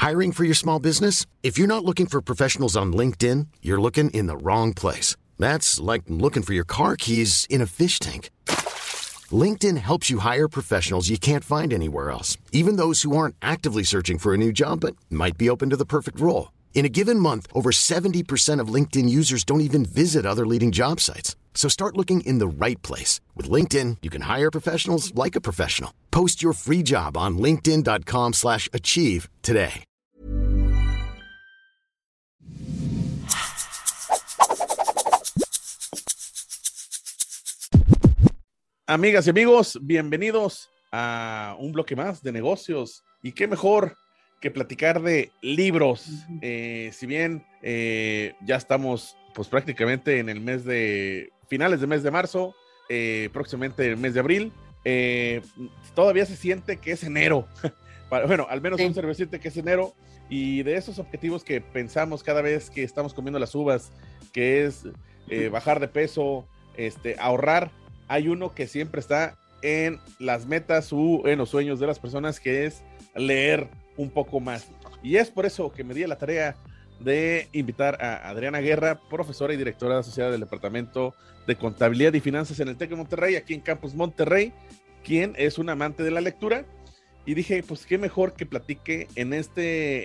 Hiring for your small business? If you're not looking for professionals on LinkedIn, you're looking in the wrong place. That's like looking for your car keys in a fish tank. LinkedIn helps you hire professionals you can't find anywhere else, even those who aren't actively searching for a new job but might be open to the perfect role. In a given month, over 70% of LinkedIn users don't even visit other leading job sites. So start looking in the right place. With LinkedIn, you can hire professionals like a professional. Post your free job on linkedin.com/achieve today. Amigas y amigos, bienvenidos a un bloque más de negocios. Y qué mejor que platicar de libros. Si bien ya estamos pues prácticamente en el mes de finales del mes de marzo, próximamente el mes de abril, todavía se siente que es enero. Bueno, al menos un servidor siente que es enero, y de esos objetivos que pensamos cada vez que estamos comiendo las uvas, que es bajar de peso, ahorrar, hay uno que siempre está en las metas o en los sueños de las personas, que es leer un poco más. Y es por eso que me di a la tarea de invitar a Adriana Guerra, profesora y directora asociada del Departamento de Contabilidad y Finanzas en el TEC de Monterrey, aquí en Campus Monterrey, quien es un amante de la lectura. Y dije, pues qué mejor que platique en esta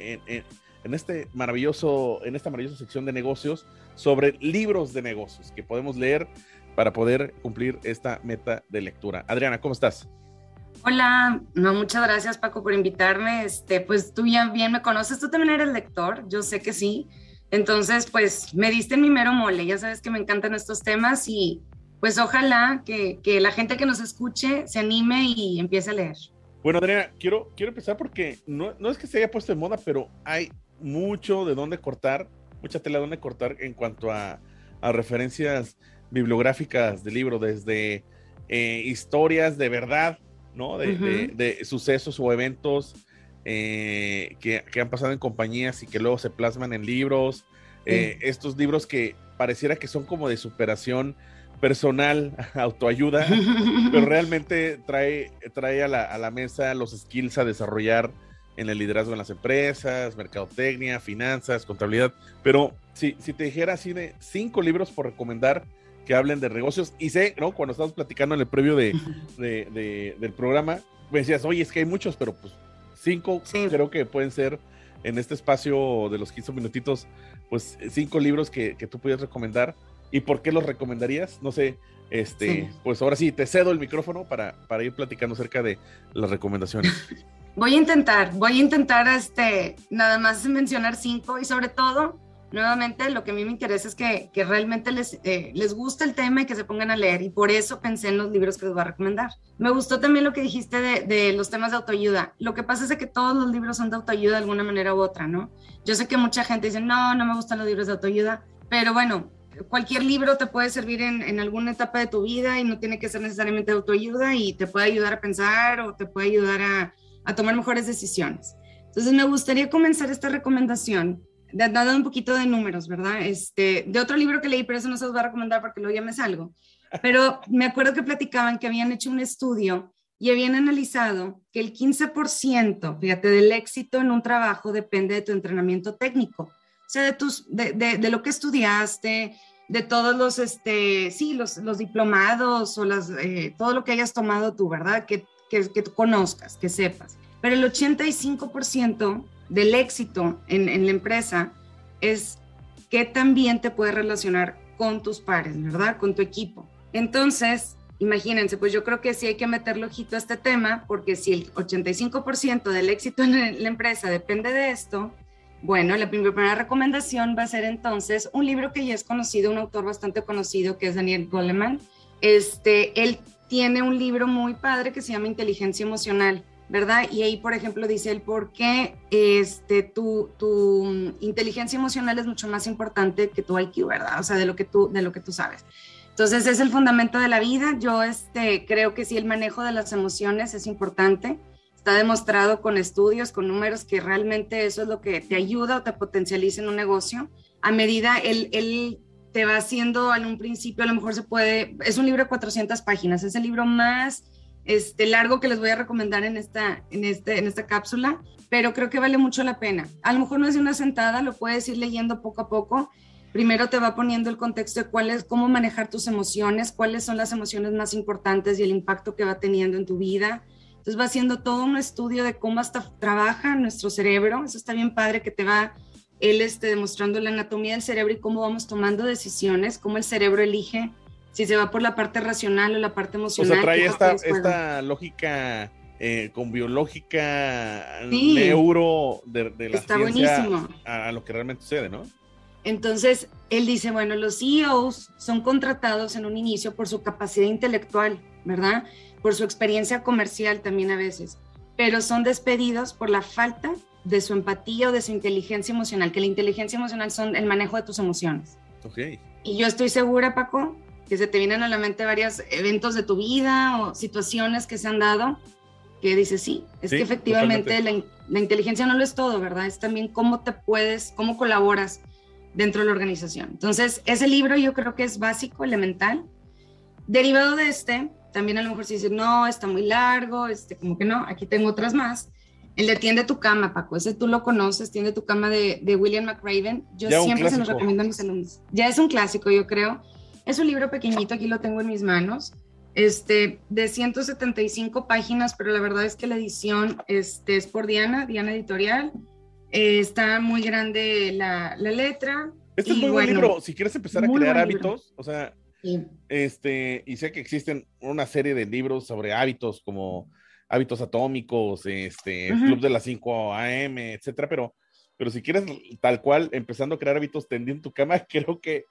maravillosa sección de negocios sobre libros de negocios que podemos leer para poder cumplir esta meta de lectura. Adriana, ¿cómo estás? Hola, muchas gracias, Paco, por invitarme. Pues tú ya bien me conoces, tú también eres lector, yo sé que sí. Entonces, pues me diste en mi mero mole, ya sabes que me encantan estos temas, y pues ojalá que la gente que nos escuche se anime y empiece a leer. Bueno, Adriana, quiero empezar porque no es que se haya puesto de moda, pero hay mucho de dónde cortar, mucha tela de dónde cortar en cuanto a referencias bibliográficas de libro, desde historias de verdad, ¿no? De sucesos o eventos que han pasado en compañías y que luego se plasman en libros. Estos libros que pareciera que son como de superación personal, autoayuda, pero realmente trae a la mesa los skills a desarrollar en el liderazgo en las empresas, mercadotecnia, finanzas, contabilidad. Pero si te dijera así de 5 libros por recomendar que hablen de negocios, y sé, ¿no? Cuando estábamos platicando en el previo del programa, me decías, oye, es que hay muchos, pero pues 5 creo que pueden ser en este espacio de los 15 minutitos, pues 5 libros que tú pudieras recomendar. ¿Y por qué los recomendarías? No sé, pues ahora sí, te cedo el micrófono para ir platicando acerca de las recomendaciones. Voy a intentar nada más mencionar 5, y sobre todo, nuevamente, lo que a mí me interesa es que realmente les guste el tema y que se pongan a leer, y por eso pensé en los libros que les voy a recomendar. Me gustó también lo que dijiste de los temas de autoayuda. Lo que pasa es que todos los libros son de autoayuda de alguna manera u otra, ¿no? Yo sé que mucha gente dice, no me gustan los libros de autoayuda, pero bueno, cualquier libro te puede servir en alguna etapa de tu vida, y no tiene que ser necesariamente de autoayuda, y te puede ayudar a pensar o te puede ayudar a tomar mejores decisiones. Entonces me gustaría comenzar esta recomendación dando un poquito de números, ¿verdad? De otro libro que leí, pero eso no se los voy a recomendar porque luego ya me salgo. Pero me acuerdo que platicaban que habían hecho un estudio y habían analizado que el 15%, fíjate, del éxito en un trabajo depende de tu entrenamiento técnico. O sea, de lo que estudiaste, de todos los diplomados o todo lo que hayas tomado tú, ¿verdad? Que tú conozcas, que sepas. Pero el 85% del éxito en la empresa es que también te puedes relacionar con tus pares, ¿verdad? Con tu equipo. Entonces, imagínense, pues yo creo que sí hay que meterle ojito a este tema, porque si el 85% del éxito en la empresa depende de esto, bueno, la primera recomendación va a ser entonces un libro que ya es conocido, un autor bastante conocido, que es Daniel Goleman. Él tiene un libro muy padre que se llama Inteligencia Emocional, ¿verdad? Y ahí, por ejemplo, dice el por qué tu inteligencia emocional es mucho más importante que tu IQ, ¿verdad? O sea, de lo que tú sabes. Entonces, es el fundamento de la vida. Yo creo que sí, el manejo de las emociones es importante. Está demostrado con estudios, con números, que realmente eso es lo que te ayuda o te potencializa en un negocio. A medida, él te va haciendo, en un principio a lo mejor es un libro de 400 páginas, es el libro más largo que les voy a recomendar en esta cápsula, pero creo que vale mucho la pena. A lo mejor no es de una sentada, lo puedes ir leyendo poco a poco. Primero te va poniendo el contexto de cómo manejar tus emociones, cuáles son las emociones más importantes y el impacto que va teniendo en tu vida. Entonces va haciendo todo un estudio de cómo hasta trabaja nuestro cerebro. Eso está bien padre, que te va él demostrando la anatomía del cerebro y cómo vamos tomando decisiones, cómo el cerebro elige si se va por la parte racional o la parte emocional. O sea, trae esta lógica con biológica, sí, neuro de la está ciencia buenísimo. A lo que realmente sucede, ¿no? Entonces, él dice, bueno, los CEOs son contratados en un inicio por su capacidad intelectual, ¿verdad? Por su experiencia comercial también a veces, pero son despedidos por la falta de su empatía o de su inteligencia emocional, que la inteligencia emocional son el manejo de tus emociones. Okay. Y yo estoy segura, Paco, que se te vienen a la mente varios eventos de tu vida o situaciones que se han dado, que dices, sí, es que efectivamente la inteligencia no lo es todo, ¿verdad? Es también cómo colaboras dentro de la organización. Entonces, ese libro yo creo que es básico, elemental. Derivado de también a lo mejor si dices, no, está muy largo, como que no, aquí tengo otras más. El de Tiende tu cama, Paco, ese tú lo conoces, Tiende tu cama de William McRaven. Yo ya siempre se los recomiendo a mis alumnos. Ya es un clásico, yo creo. Es un libro pequeñito, aquí lo tengo en mis manos, de 175 páginas, pero la verdad es que la edición es por Diana Editorial. Está muy grande la letra. Es muy buen libro, si quieres empezar a crear hábitos, o sea, sí. Y sé que existen una serie de libros sobre hábitos, como Hábitos Atómicos, Club de las 5 a.m., etcétera, pero si quieres tal cual, empezando a crear hábitos tendiendo tu cama, creo que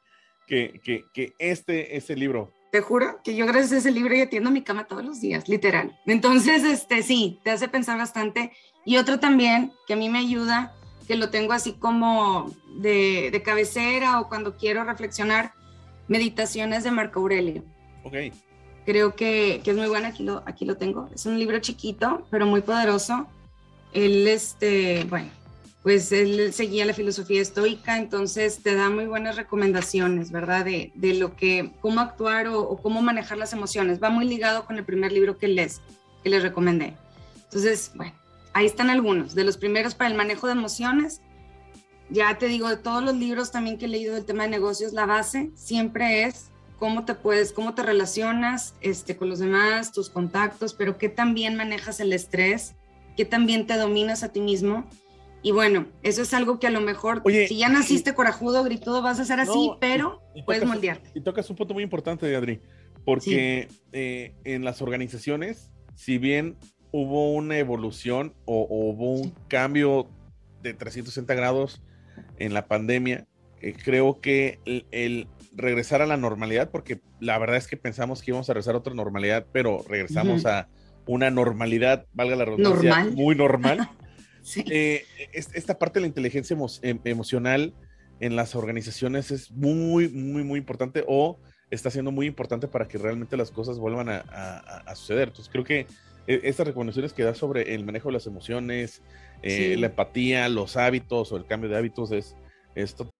ese libro. Te juro que yo gracias a ese libro ya tiendo mi cama todos los días, literal. Entonces, sí, te hace pensar bastante. Y otro también que a mí me ayuda, que lo tengo así como de cabecera o cuando quiero reflexionar, Meditaciones de Marco Aurelio. Ok. Creo que es muy bueno, aquí lo tengo. Es un libro chiquito, pero muy poderoso. Él, pues él seguía la filosofía estoica, entonces te da muy buenas recomendaciones, ¿verdad? De cómo actuar o cómo manejar las emociones. Va muy ligado con el primer libro que les recomendé. Entonces, bueno, ahí están algunos de los primeros para el manejo de emociones. Ya te digo, de todos los libros también que he leído del tema de negocios, la base siempre es cómo te relacionas con los demás, tus contactos, pero qué también manejas el estrés, qué también te dominas a ti mismo. Y bueno, eso es algo que a lo mejor, si ya naciste corajudo, gritudo, vas a ser así, pero puedes moldearte. Y tocas un punto muy importante, Adri, porque en las organizaciones, si bien hubo una evolución o hubo un cambio de 360 grados en la pandemia, creo que el regresar a la normalidad, porque la verdad es que pensamos que íbamos a regresar a otra normalidad, pero regresamos a una normalidad, valga la redundancia, muy normal. Sí. Esta parte de la inteligencia emocional en las organizaciones es muy, muy, muy importante, o está siendo muy importante para que realmente las cosas vuelvan a suceder. Entonces creo que estas recomendaciones que da sobre el manejo de las emociones, la empatía, los hábitos o el cambio de hábitos es esto.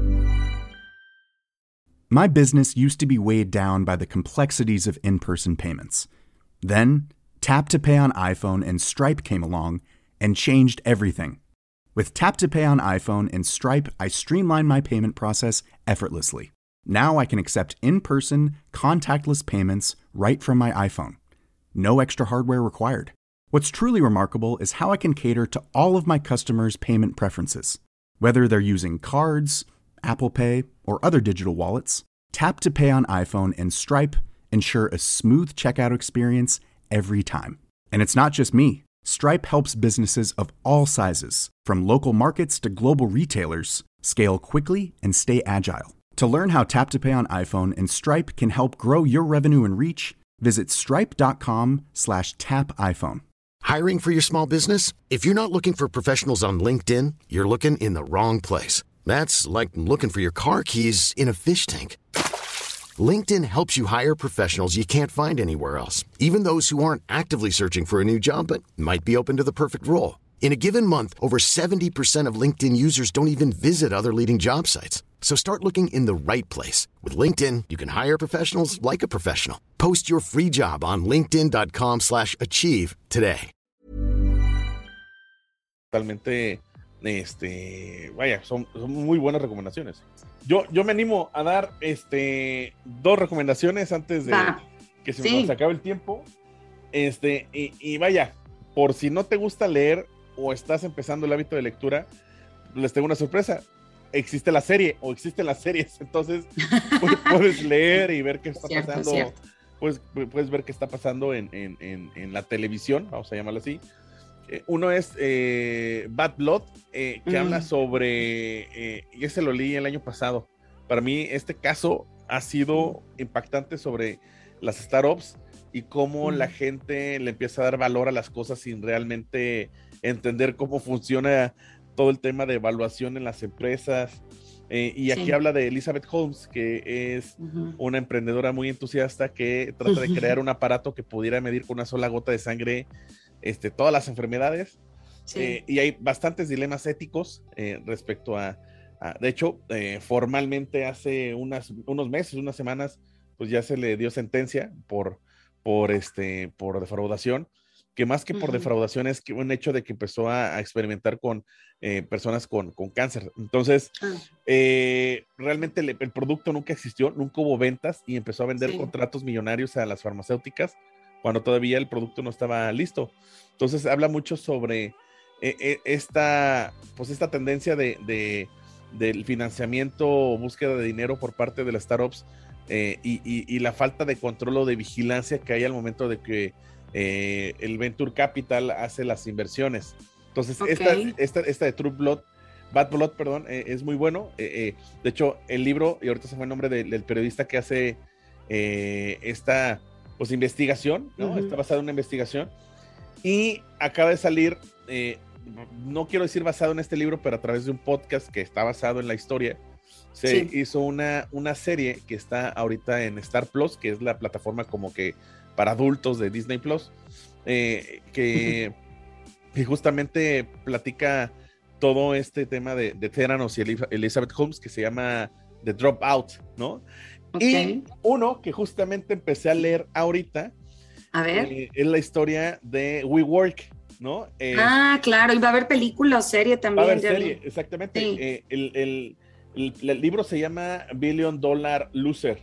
My business used to be weighed down by the complexities of in-person payments. Then, Tap to Pay on iPhone and Stripe came along and changed everything. With Tap to Pay on iPhone and Stripe, I streamlined my payment process effortlessly. Now I can accept in-person, contactless payments right from my iPhone. No extra hardware required. What's truly remarkable is how I can cater to all of my customers' payment preferences. Whether they're using cards, Apple Pay, or other digital wallets, Tap to Pay on iPhone and Stripe ensure a smooth checkout experience every time. And it's not just me. Stripe helps businesses of all sizes, from local markets to global retailers, scale quickly and stay agile. To learn how Tap to Pay on iPhone and Stripe can help grow your revenue and reach, visit stripe.com/tapiphone. Hiring for your small business? If you're not looking for professionals on LinkedIn, you're looking in the wrong place. That's like looking for your car keys in a fish tank. LinkedIn helps you hire professionals you can't find anywhere else, even those who aren't actively searching for a new job but might be open to the perfect role. In a given month, over 70% of LinkedIn users don't even visit other leading job sites. So start looking in the right place. With LinkedIn, you can hire professionals like a professional. Post your free job on linkedin.com/achieve today. totalmente, vaya, son muy buenas recomendaciones. Yo me animo a dar 2 recomendaciones antes de que se nos acabe el tiempo. Y vaya, por si no te gusta leer o estás empezando el hábito de lectura, les tengo una sorpresa. Existe la serie o existen las series, entonces puedes leer y ver qué está pasando. Puedes ver qué está pasando en la televisión, vamos a llamarlo así. Uno es Bad Blood, que habla sobre, y ese lo leí el año pasado. Para mí este caso ha sido impactante sobre las startups y cómo la gente le empieza a dar valor a las cosas sin realmente entender cómo funciona todo el tema de evaluación en las empresas. Y aquí habla de Elizabeth Holmes, que es una emprendedora muy entusiasta que trata de crear un aparato que pudiera medir con una sola gota de sangre todas las enfermedades. Y hay bastantes dilemas éticos respecto de hecho, formalmente hace unos meses, unas semanas, pues ya se le dio sentencia por defraudación, que más que por defraudación es que un hecho de que empezó a experimentar con personas con cáncer. Entonces, realmente el producto nunca existió, nunca hubo ventas y empezó a vender contratos millonarios a las farmacéuticas cuando todavía el producto no estaba listo. Entonces, habla mucho sobre esta tendencia del financiamiento o búsqueda de dinero por parte de las startups y la falta de control o de vigilancia que hay al momento de que el Venture Capital hace las inversiones. Entonces, esta de Bad Blood, perdón, es muy bueno. De hecho, el libro, y ahorita se fue el nombre del periodista que hace esta investigación, ¿no? Está basado en una investigación. Y acaba de salir, no quiero decir basado en este libro, pero a través de un podcast que está basado en la historia, se hizo una serie que está ahorita en Star Plus, que es la plataforma como que para adultos de Disney Plus, que justamente platica todo este tema de Theranos y Elizabeth Holmes, que se llama The Dropout, ¿no? Y uno que justamente empecé a leer ahorita, a ver, es la historia de WeWork, ¿no? Claro, y va a haber película o serie también. Va a haber serie, exactamente. Sí. El libro se llama Billion Dollar Loser.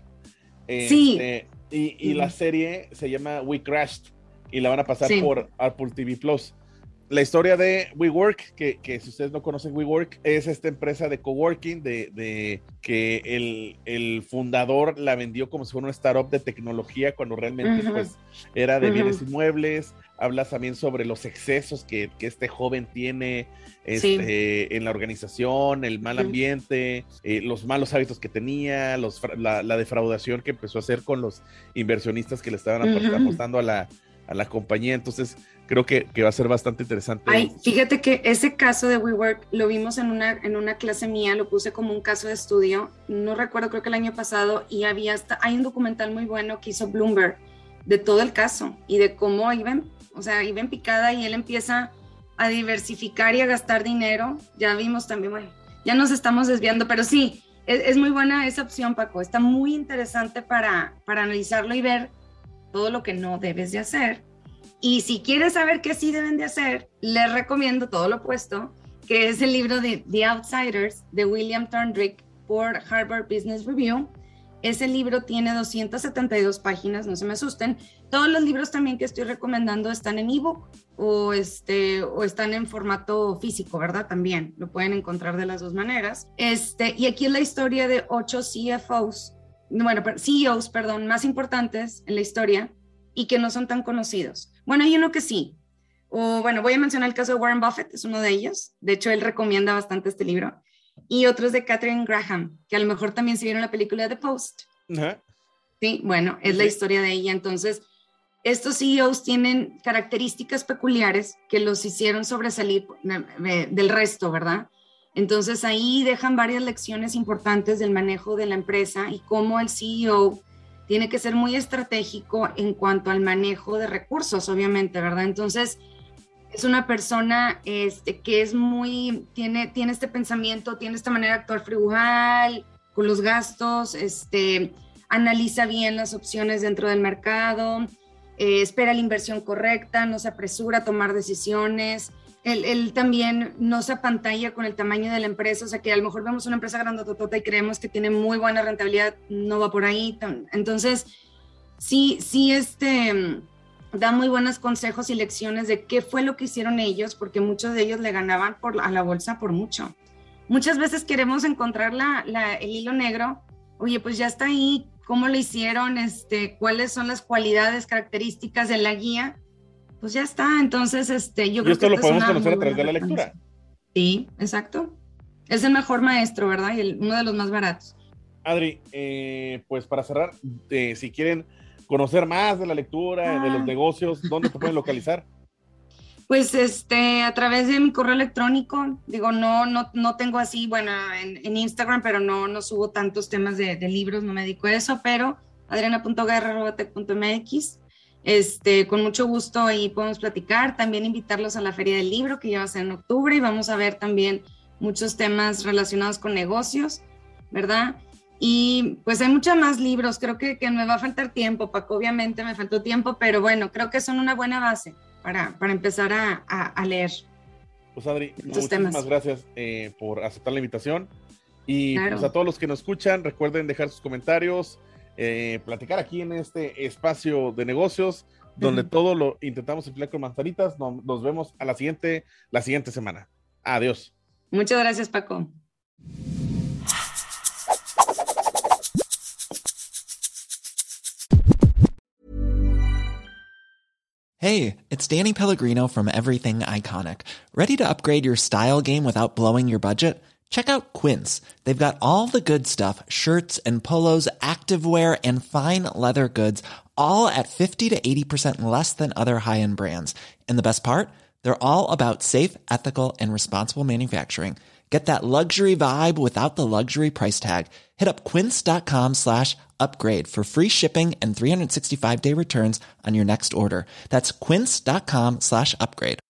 Y la serie se llama We Crashed y la van a pasar por Apple TV Plus. La historia de WeWork, que si ustedes no conocen WeWork, es esta empresa de coworking de que el fundador la vendió como si fuera una startup de tecnología cuando realmente pues era de bienes inmuebles. Habla también sobre los excesos que este joven tiene en la organización, el mal ambiente, los malos hábitos que tenía, la defraudación que empezó a hacer con los inversionistas que le estaban apostando a la compañía. Entonces creo que va a ser bastante interesante. Ay, fíjate que ese caso de WeWork lo vimos en una clase mía, lo puse como un caso de estudio, no recuerdo, creo que el año pasado, y hay un documental muy bueno que hizo Bloomberg de todo el caso y de cómo iba en picada y él empieza a diversificar y a gastar dinero. Ya vimos también, bueno, ya nos estamos desviando, pero sí, es muy buena esa opción, Paco, está muy interesante para analizarlo y ver todo lo que no debes de hacer. Y si quieres saber qué sí deben de hacer, les recomiendo todo lo opuesto, que es el libro de The Outsiders de William Thorndike por Harvard Business Review. Ese libro tiene 272 páginas, no se me asusten. Todos los libros también que estoy recomendando están en ebook o están en formato físico, ¿verdad? También lo pueden encontrar de las dos maneras. Y aquí es la historia de 8 CEOs más importantes en la historia y que no son tan conocidos. Bueno, hay uno que sí. Voy a mencionar el caso de Warren Buffett, es uno de ellos. De hecho, él recomienda bastante este libro. Y otros de Katharine Graham, que a lo mejor también se vieron la película The Post. Sí, bueno, es la historia de ella. Entonces, estos CEOs tienen características peculiares que los hicieron sobresalir del resto, ¿verdad? Entonces, ahí dejan varias lecciones importantes del manejo de la empresa y cómo el CEO tiene que ser muy estratégico en cuanto al manejo de recursos, obviamente, ¿verdad? Entonces, es una persona que es tiene este pensamiento, tiene esta manera de actuar frugal con los gastos, analiza bien las opciones dentro del mercado, espera la inversión correcta, no se apresura a tomar decisiones, Él también no se apantalla con el tamaño de la empresa, o sea que a lo mejor vemos una empresa grandototota y creemos que tiene muy buena rentabilidad, no va por ahí. Entonces, sí, da muy buenos consejos y lecciones de qué fue lo que hicieron ellos, porque muchos de ellos le ganaban a la bolsa por mucho. Muchas veces queremos encontrar el hilo negro, oye, pues ya está ahí, ¿cómo lo hicieron? ¿Cuáles son las cualidades, características de la guía? Pues ya está, entonces yo creo esto que lo podemos conocer a través de la referencia. lectura. Sí, exacto. Es el mejor maestro, ¿verdad? Y uno de los más baratos. Adri, pues para cerrar, si quieren conocer más de la lectura, de los negocios, ¿dónde te pueden localizar? Pues a través de mi correo electrónico, digo, no tengo así, bueno, en Instagram, pero no subo tantos temas de libros, no me dedico a eso, pero adriana.guerra@tec.mx. Con mucho gusto ahí podemos platicar, también invitarlos a la Feria del Libro que ya va a ser en octubre y vamos a ver también muchos temas relacionados con negocios, ¿verdad? Y pues hay muchos más libros, creo que me va a faltar tiempo, Paco, obviamente me faltó tiempo, pero bueno, creo que son una buena base para empezar a leer. Pues Adri, muchísimas gracias por aceptar la invitación y claro. Pues a todos los que nos escuchan, recuerden dejar sus comentarios, platicar aquí en este espacio de negocios donde todo lo intentamos emplear con manzanitas. Nos vemos a la siguiente semana. Adiós. Muchas gracias, Paco. Hey, it's Danny Pellegrino from Everything Iconic. Ready to upgrade your style game without blowing your budget? Check out Quince. They've got all the good stuff, shirts and polos, activewear, and fine leather goods, all at 50 to 80% less than other high-end brands. And the best part? They're all about safe, ethical, and responsible manufacturing. Get that luxury vibe without the luxury price tag. Hit up quince.com/upgrade for free shipping and 365-day returns on your next order. That's quince.com/upgrade.